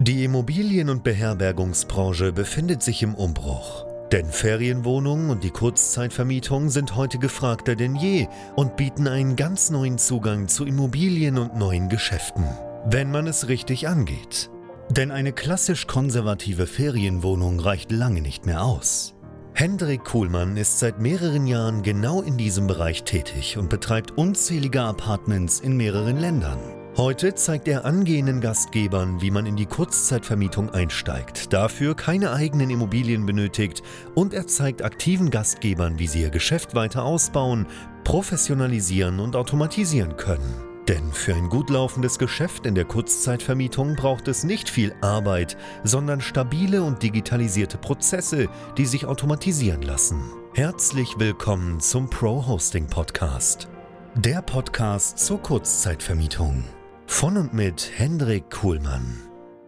Die Immobilien- und Beherbergungsbranche befindet sich im Umbruch. Denn Ferienwohnungen und die Kurzzeitvermietung sind heute gefragter denn je und bieten einen ganz neuen Zugang zu Immobilien und neuen Geschäften, wenn man es richtig angeht. Denn eine klassisch konservative Ferienwohnung reicht lange nicht mehr aus. Hendrik Kuhlmann ist seit mehreren Jahren genau in diesem Bereich tätig und betreibt unzählige Apartments in mehreren Ländern. Heute zeigt er angehenden Gastgebern, wie man in die Kurzzeitvermietung einsteigt, dafür keine eigenen Immobilien benötigt, und er zeigt aktiven Gastgebern, wie sie ihr Geschäft weiter ausbauen, professionalisieren und automatisieren können. Denn für ein gut laufendes Geschäft in der Kurzzeitvermietung braucht es nicht viel Arbeit, sondern stabile und digitalisierte Prozesse, die sich automatisieren lassen. Herzlich willkommen zum Pro Hosting Podcast. Der Podcast zur Kurzzeitvermietung. Von und mit Hendrik Kuhlmann.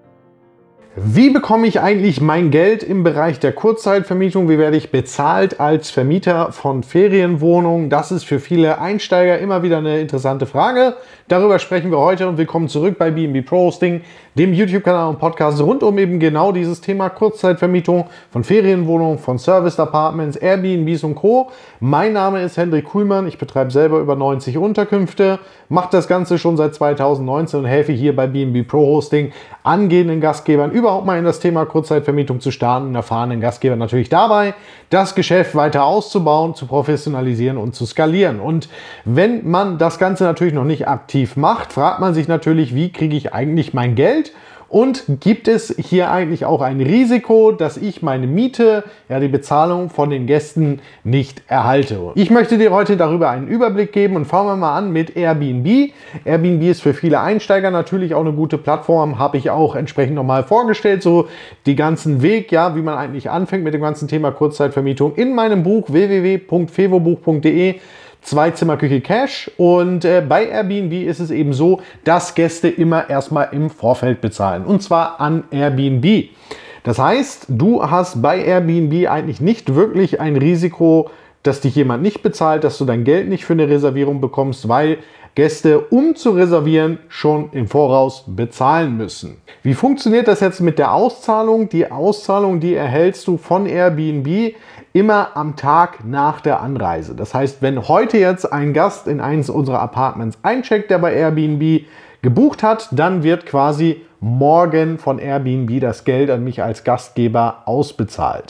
Wie bekomme ich eigentlich mein Geld im Bereich der Kurzzeitvermietung? Wie werde ich bezahlt als Vermieter von Ferienwohnungen? Das ist für viele Einsteiger immer wieder eine interessante Frage. Darüber sprechen wir heute und willkommen zurück bei B&B Pro Hosting, dem YouTube-Kanal und Podcast rund um eben genau dieses Thema Kurzzeitvermietung von Ferienwohnungen, von Serviced Apartments, Airbnbs und Co. Mein Name ist Hendrik Kuhlmann, ich betreibe selber über 90 Unterkünfte, mache das Ganze schon seit 2019 und helfe hier bei B&B Pro Hosting angehenden Gastgebern überhaupt mal in das Thema Kurzzeitvermietung zu starten und erfahrenen Gastgebern natürlich dabei, das Geschäft weiter auszubauen, zu professionalisieren und zu skalieren. Und wenn man das Ganze natürlich noch nicht aktiv macht, fragt man sich natürlich, wie kriege ich eigentlich mein Geld? Und gibt es hier eigentlich auch ein Risiko, dass ich meine Miete, die Bezahlung von den Gästen nicht erhalte? Ich möchte dir heute darüber einen Überblick geben und fangen wir mal an mit Airbnb. Airbnb ist für viele Einsteiger natürlich auch eine gute Plattform, habe ich auch entsprechend nochmal vorgestellt, so die ganzen Weg, wie man eigentlich anfängt mit dem ganzen Thema Kurzzeitvermietung in meinem Buch www.fevobuch.de. Zweizimmerküche Cash, und bei Airbnb ist es eben so, dass Gäste immer erstmal im Vorfeld bezahlen, und zwar an Airbnb. Das heißt, du hast bei Airbnb eigentlich nicht wirklich ein Risiko, dass dich jemand nicht bezahlt, dass du dein Geld nicht für eine Reservierung bekommst, weil Gäste, um zu reservieren, schon im Voraus bezahlen müssen. Wie funktioniert das jetzt mit der Auszahlung? Die Auszahlung, die erhältst du von Airbnb immer am Tag nach der Anreise. Das heißt, wenn heute jetzt ein Gast in eines unserer Apartments eincheckt, der bei Airbnb gebucht hat, dann wird quasi morgen von Airbnb das Geld an mich als Gastgeber ausbezahlt.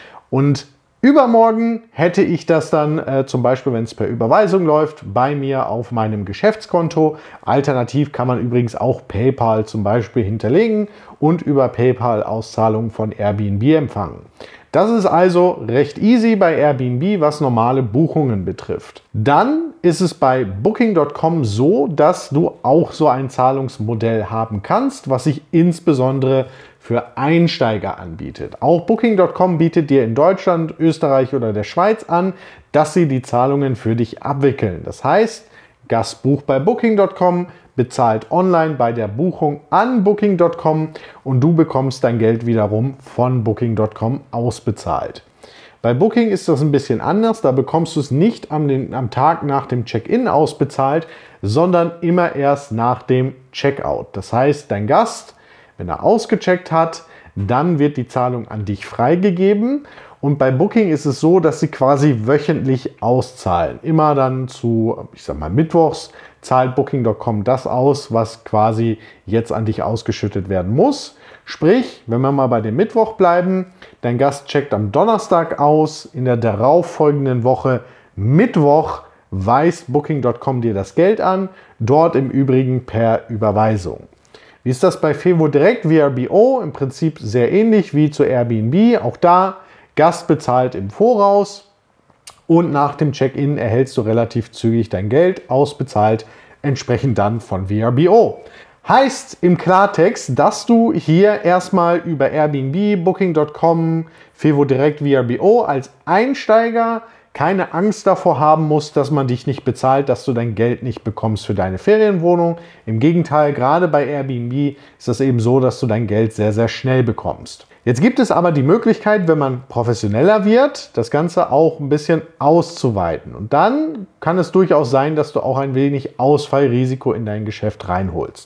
Und übermorgen hätte ich das dann zum Beispiel, wenn es per Überweisung läuft, bei mir auf meinem Geschäftskonto. Alternativ kann man übrigens auch PayPal zum Beispiel hinterlegen und über PayPal Auszahlungen von Airbnb empfangen. Das ist also recht easy bei Airbnb, was normale Buchungen betrifft. Dann ist es bei Booking.com so, dass du auch so ein Zahlungsmodell haben kannst, was sich insbesondere für Einsteiger anbietet. Auch Booking.com bietet dir in Deutschland, Österreich oder der Schweiz an, dass sie die Zahlungen für dich abwickeln. Das heißt, Gast bucht bei Booking.com, bezahlt online bei der Buchung an Booking.com und du bekommst dein Geld wiederum von Booking.com ausbezahlt. Bei Booking ist das ein bisschen anders, da bekommst du es nicht am Tag nach dem Check-in ausbezahlt, sondern immer erst nach dem Checkout. Das heißt, dein Gast, wenn er ausgecheckt hat, dann wird die Zahlung an dich freigegeben. Und bei Booking ist es so, dass sie quasi wöchentlich auszahlen. Immer dann zu, mittwochs zahlt Booking.com das aus, was quasi jetzt an dich ausgeschüttet werden muss. Sprich, wenn wir mal bei dem Mittwoch bleiben, dein Gast checkt am Donnerstag aus, in der darauffolgenden Woche Mittwoch weist Booking.com dir das Geld an, dort im Übrigen per Überweisung. Wie ist das bei Fevo Direkt VRBO? Im Prinzip sehr ähnlich wie zu Airbnb. Auch da, Gast bezahlt im Voraus und nach dem Check-in erhältst du relativ zügig dein Geld ausbezahlt, entsprechend dann von VRBO. Heißt im Klartext, dass du hier erstmal über Airbnb, Booking.com, Fevo Direkt VRBO als Einsteiger keine Angst davor haben musst, dass man dich nicht bezahlt, dass du dein Geld nicht bekommst für deine Ferienwohnung. Im Gegenteil, gerade bei Airbnb ist es eben so, dass du dein Geld sehr, sehr schnell bekommst. Jetzt gibt es aber die Möglichkeit, wenn man professioneller wird, das Ganze auch ein bisschen auszuweiten. Und dann kann es durchaus sein, dass du auch ein wenig Ausfallrisiko in dein Geschäft reinholst.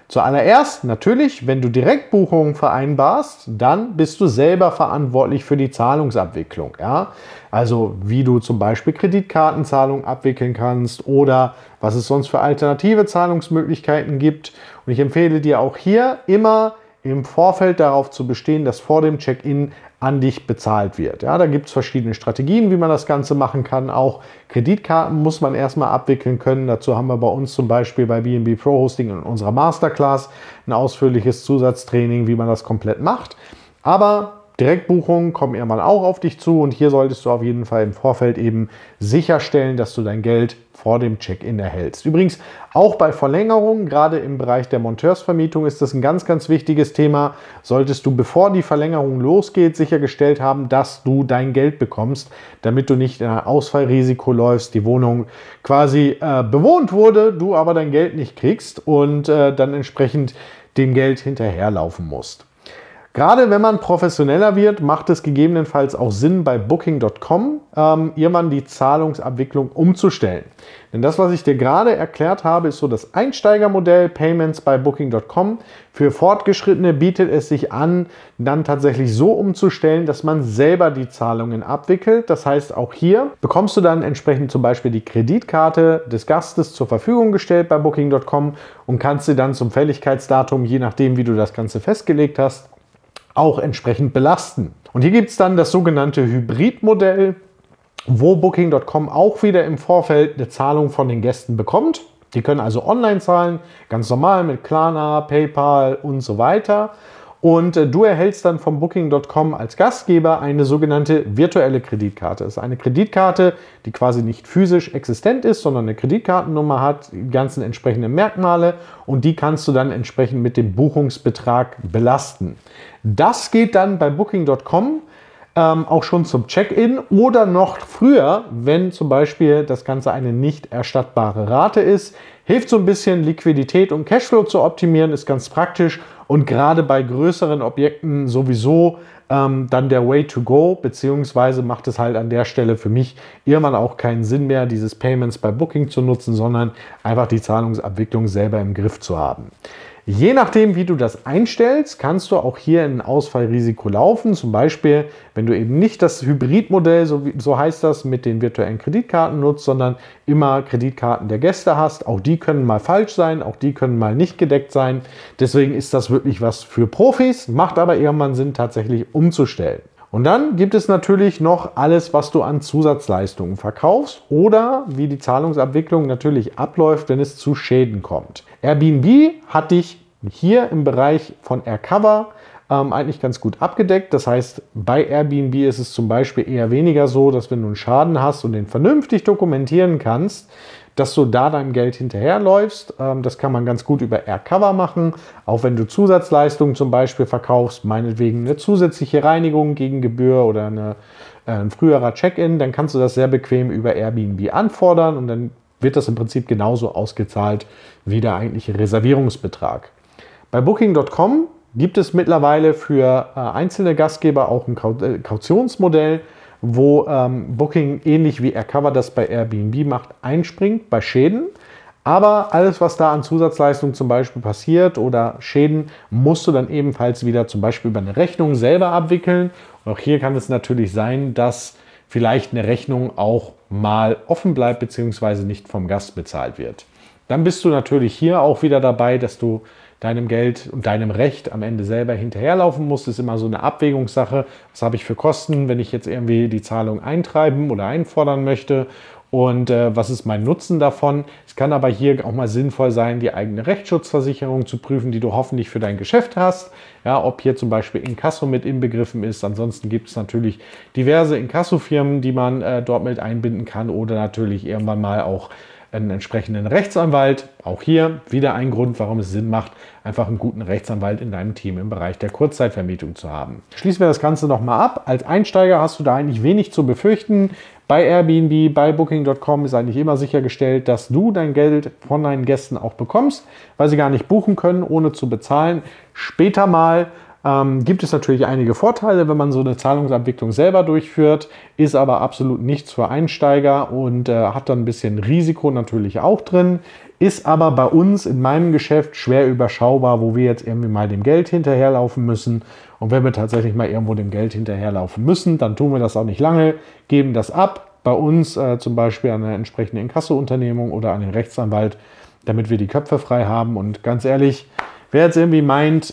Zuallererst natürlich, wenn du Direktbuchungen vereinbarst, dann bist du selber verantwortlich für die Zahlungsabwicklung. Ja? Also wie du zum Beispiel Kreditkartenzahlungen abwickeln kannst oder was es sonst für alternative Zahlungsmöglichkeiten gibt. Und ich empfehle dir auch hier immer im Vorfeld darauf zu bestehen, dass vor dem Check-in an dich bezahlt wird. Ja, da gibt es verschiedene Strategien, wie man das Ganze machen kann. Auch Kreditkarten muss man erstmal abwickeln können. Dazu haben wir bei uns zum Beispiel bei BNB Pro Hosting in unserer Masterclass ein ausführliches Zusatztraining, wie man das komplett macht. Aber Direktbuchungen kommen irgendwann auch auf dich zu und hier solltest du auf jeden Fall im Vorfeld eben sicherstellen, dass du dein Geld vor dem Check-in erhältst. Übrigens auch bei Verlängerungen, gerade im Bereich der Monteursvermietung ist das ein ganz, ganz wichtiges Thema. Solltest du, bevor die Verlängerung losgeht, sichergestellt haben, dass du dein Geld bekommst, damit du nicht in ein Ausfallrisiko läufst, die Wohnung quasi bewohnt wurde, du aber dein Geld nicht kriegst und dann entsprechend dem Geld hinterherlaufen musst. Gerade wenn man professioneller wird, macht es gegebenenfalls auch Sinn, bei Booking.com irgendwann die Zahlungsabwicklung umzustellen. Denn das, was ich dir gerade erklärt habe, ist so das Einsteigermodell Payments bei Booking.com. Für Fortgeschrittene bietet es sich an, dann tatsächlich so umzustellen, dass man selber die Zahlungen abwickelt. Das heißt, auch hier bekommst du dann entsprechend zum Beispiel die Kreditkarte des Gastes zur Verfügung gestellt bei Booking.com und kannst sie dann zum Fälligkeitsdatum, je nachdem, wie du das Ganze festgelegt hast, auch entsprechend belasten. Und hier gibt es dann das sogenannte Hybridmodell, wo Booking.com auch wieder im Vorfeld eine Zahlung von den Gästen bekommt. Die können also online zahlen, ganz normal mit Klarna, PayPal und so weiter. Und du erhältst dann von Booking.com als Gastgeber eine sogenannte virtuelle Kreditkarte. Das ist eine Kreditkarte, die quasi nicht physisch existent ist, sondern eine Kreditkartennummer hat, die ganzen entsprechenden Merkmale und die kannst du dann entsprechend mit dem Buchungsbetrag belasten. Das geht dann bei Booking.com auch schon zum Check-in oder noch früher, wenn zum Beispiel das Ganze eine nicht erstattbare Rate ist. Hilft so ein bisschen Liquidität und Cashflow zu optimieren, ist ganz praktisch und gerade bei größeren Objekten sowieso dann der Way to go, beziehungsweise macht es halt an der Stelle für mich irgendwann auch keinen Sinn mehr, dieses Payments bei Booking zu nutzen, sondern einfach die Zahlungsabwicklung selber im Griff zu haben. Je nachdem, wie du das einstellst, kannst du auch hier in ein Ausfallrisiko laufen. Zum Beispiel, wenn du eben nicht das Hybridmodell, so heißt das, mit den virtuellen Kreditkarten nutzt, sondern immer Kreditkarten der Gäste hast. Auch die können mal falsch sein, auch die können mal nicht gedeckt sein. Deswegen ist das wirklich was für Profis, macht aber irgendwann Sinn, tatsächlich umzustellen. Und dann gibt es natürlich noch alles, was du an Zusatzleistungen verkaufst oder wie die Zahlungsabwicklung natürlich abläuft, wenn es zu Schäden kommt. Airbnb hat dich hier im Bereich von AirCover eigentlich ganz gut abgedeckt. Das heißt, bei Airbnb ist es zum Beispiel eher weniger so, dass wenn du einen Schaden hast und den vernünftig dokumentieren kannst, dass du da deinem Geld hinterherläufst. Das kann man ganz gut über AirCover machen. Auch wenn du Zusatzleistungen zum Beispiel verkaufst, meinetwegen eine zusätzliche Reinigung gegen Gebühr oder ein früherer Check-in, dann kannst du das sehr bequem über Airbnb anfordern und dann wird das im Prinzip genauso ausgezahlt wie der eigentliche Reservierungsbetrag. Bei Booking.com gibt es mittlerweile für einzelne Gastgeber auch ein Kautionsmodell, wo Booking ähnlich wie AirCover das bei Airbnb macht, einspringt bei Schäden. Aber alles, was da an Zusatzleistungen zum Beispiel passiert oder Schäden, musst du dann ebenfalls wieder zum Beispiel über eine Rechnung selber abwickeln. Und auch hier kann es natürlich sein, dass vielleicht eine Rechnung auch mal offen bleibt bzw. nicht vom Gast bezahlt wird. Dann bist du natürlich hier auch wieder dabei, dass du deinem Geld und deinem Recht am Ende selber hinterherlaufen musst. Das ist immer so eine Abwägungssache. Was habe ich für Kosten, wenn ich jetzt irgendwie die Zahlung eintreiben oder einfordern möchte? Und was ist mein Nutzen davon? Es kann aber hier auch mal sinnvoll sein, die eigene Rechtsschutzversicherung zu prüfen, die du hoffentlich für dein Geschäft hast. Ja, ob hier zum Beispiel Inkasso mit inbegriffen ist. Ansonsten gibt es natürlich diverse Inkassofirmen, die man dort mit einbinden kann oder natürlich irgendwann mal auch einen entsprechenden Rechtsanwalt. Auch hier wieder ein Grund, warum es Sinn macht, einfach einen guten Rechtsanwalt in deinem Team im Bereich der Kurzzeitvermietung zu haben. Schließen wir das Ganze nochmal ab. Als Einsteiger hast du da eigentlich wenig zu befürchten. Bei Airbnb, bei Booking.com ist eigentlich immer sichergestellt, dass du dein Geld von deinen Gästen auch bekommst, weil sie gar nicht buchen können, ohne zu bezahlen. Später mal Gibt es natürlich einige Vorteile, wenn man so eine Zahlungsabwicklung selber durchführt, ist aber absolut nichts für Einsteiger und hat dann ein bisschen Risiko natürlich auch drin, ist aber bei uns in meinem Geschäft schwer überschaubar, wo wir jetzt irgendwie mal dem Geld hinterherlaufen müssen. Und wenn wir tatsächlich mal irgendwo dem Geld hinterherlaufen müssen, dann tun wir das auch nicht lange, geben das ab, bei uns zum Beispiel an eine entsprechende Inkasso-Unternehmung oder an den Rechtsanwalt, damit wir die Köpfe frei haben. Und ganz ehrlich, wer jetzt irgendwie meint,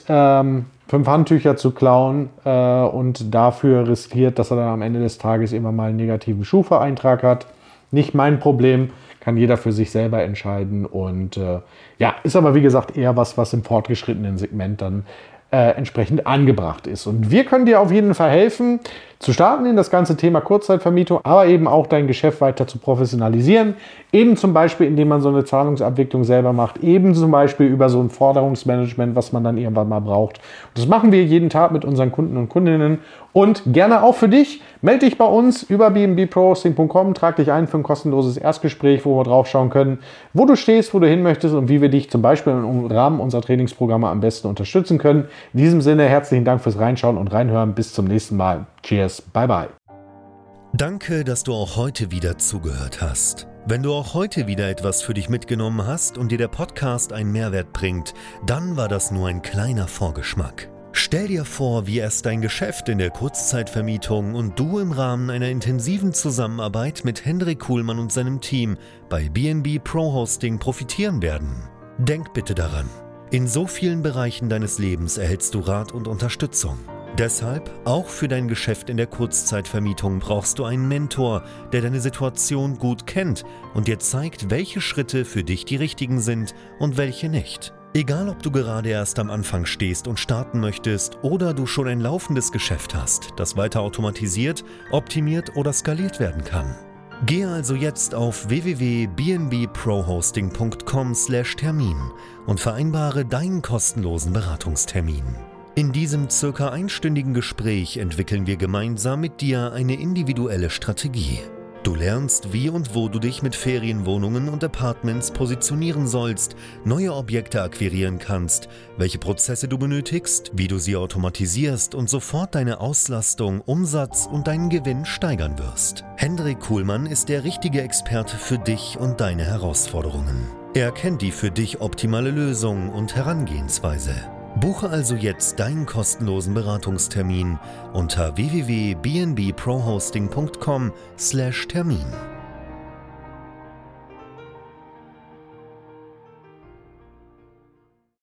5 Handtücher zu klauen und dafür riskiert, dass er dann am Ende des Tages immer mal einen negativen Schufa-Eintrag hat, nicht mein Problem, kann jeder für sich selber entscheiden und ist aber wie gesagt eher was im fortgeschrittenen Segment dann entsprechend angebracht ist. Und wir können dir auf jeden Fall helfen, zu starten in das ganze Thema Kurzzeitvermietung, aber eben auch dein Geschäft weiter zu professionalisieren. Eben zum Beispiel, indem man so eine Zahlungsabwicklung selber macht. Eben zum Beispiel über so ein Forderungsmanagement, was man dann irgendwann mal braucht. Und das machen wir jeden Tag mit unseren Kunden und Kundinnen. Und gerne auch für dich. Melde dich bei uns über bnbprohosting.com, trag dich ein für ein kostenloses Erstgespräch, wo wir drauf schauen können, wo du stehst, wo du hin möchtest und wie wir dich zum Beispiel im Rahmen unserer Trainingsprogramme am besten unterstützen können. In diesem Sinne herzlichen Dank fürs Reinschauen und Reinhören. Bis zum nächsten Mal. Cheers, bye bye. Danke, dass du auch heute wieder zugehört hast. Wenn du auch heute wieder etwas für dich mitgenommen hast und dir der Podcast einen Mehrwert bringt, dann war das nur ein kleiner Vorgeschmack. Stell dir vor, wie erst dein Geschäft in der Kurzzeitvermietung und du im Rahmen einer intensiven Zusammenarbeit mit Hendrik Kuhlmann und seinem Team bei BNB Pro Hosting profitieren werden. Denk bitte daran, in so vielen Bereichen deines Lebens erhältst du Rat und Unterstützung. Deshalb, auch für dein Geschäft in der Kurzzeitvermietung brauchst du einen Mentor, der deine Situation gut kennt und dir zeigt, welche Schritte für dich die richtigen sind und welche nicht. Egal, ob du gerade erst am Anfang stehst und starten möchtest oder du schon ein laufendes Geschäft hast, das weiter automatisiert, optimiert oder skaliert werden kann. Gehe also jetzt auf www.bnbprohosting.com/Termin und vereinbare deinen kostenlosen Beratungstermin. In diesem circa einstündigen Gespräch entwickeln wir gemeinsam mit dir eine individuelle Strategie. Du lernst, wie und wo du dich mit Ferienwohnungen und Apartments positionieren sollst, neue Objekte akquirieren kannst, welche Prozesse du benötigst, wie du sie automatisierst und sofort deine Auslastung, Umsatz und deinen Gewinn steigern wirst. Hendrik Kuhlmann ist der richtige Experte für dich und deine Herausforderungen. Er kennt die für dich optimale Lösung und Herangehensweise. Buche also jetzt deinen kostenlosen Beratungstermin unter www.bnbprohosting.com/Termin.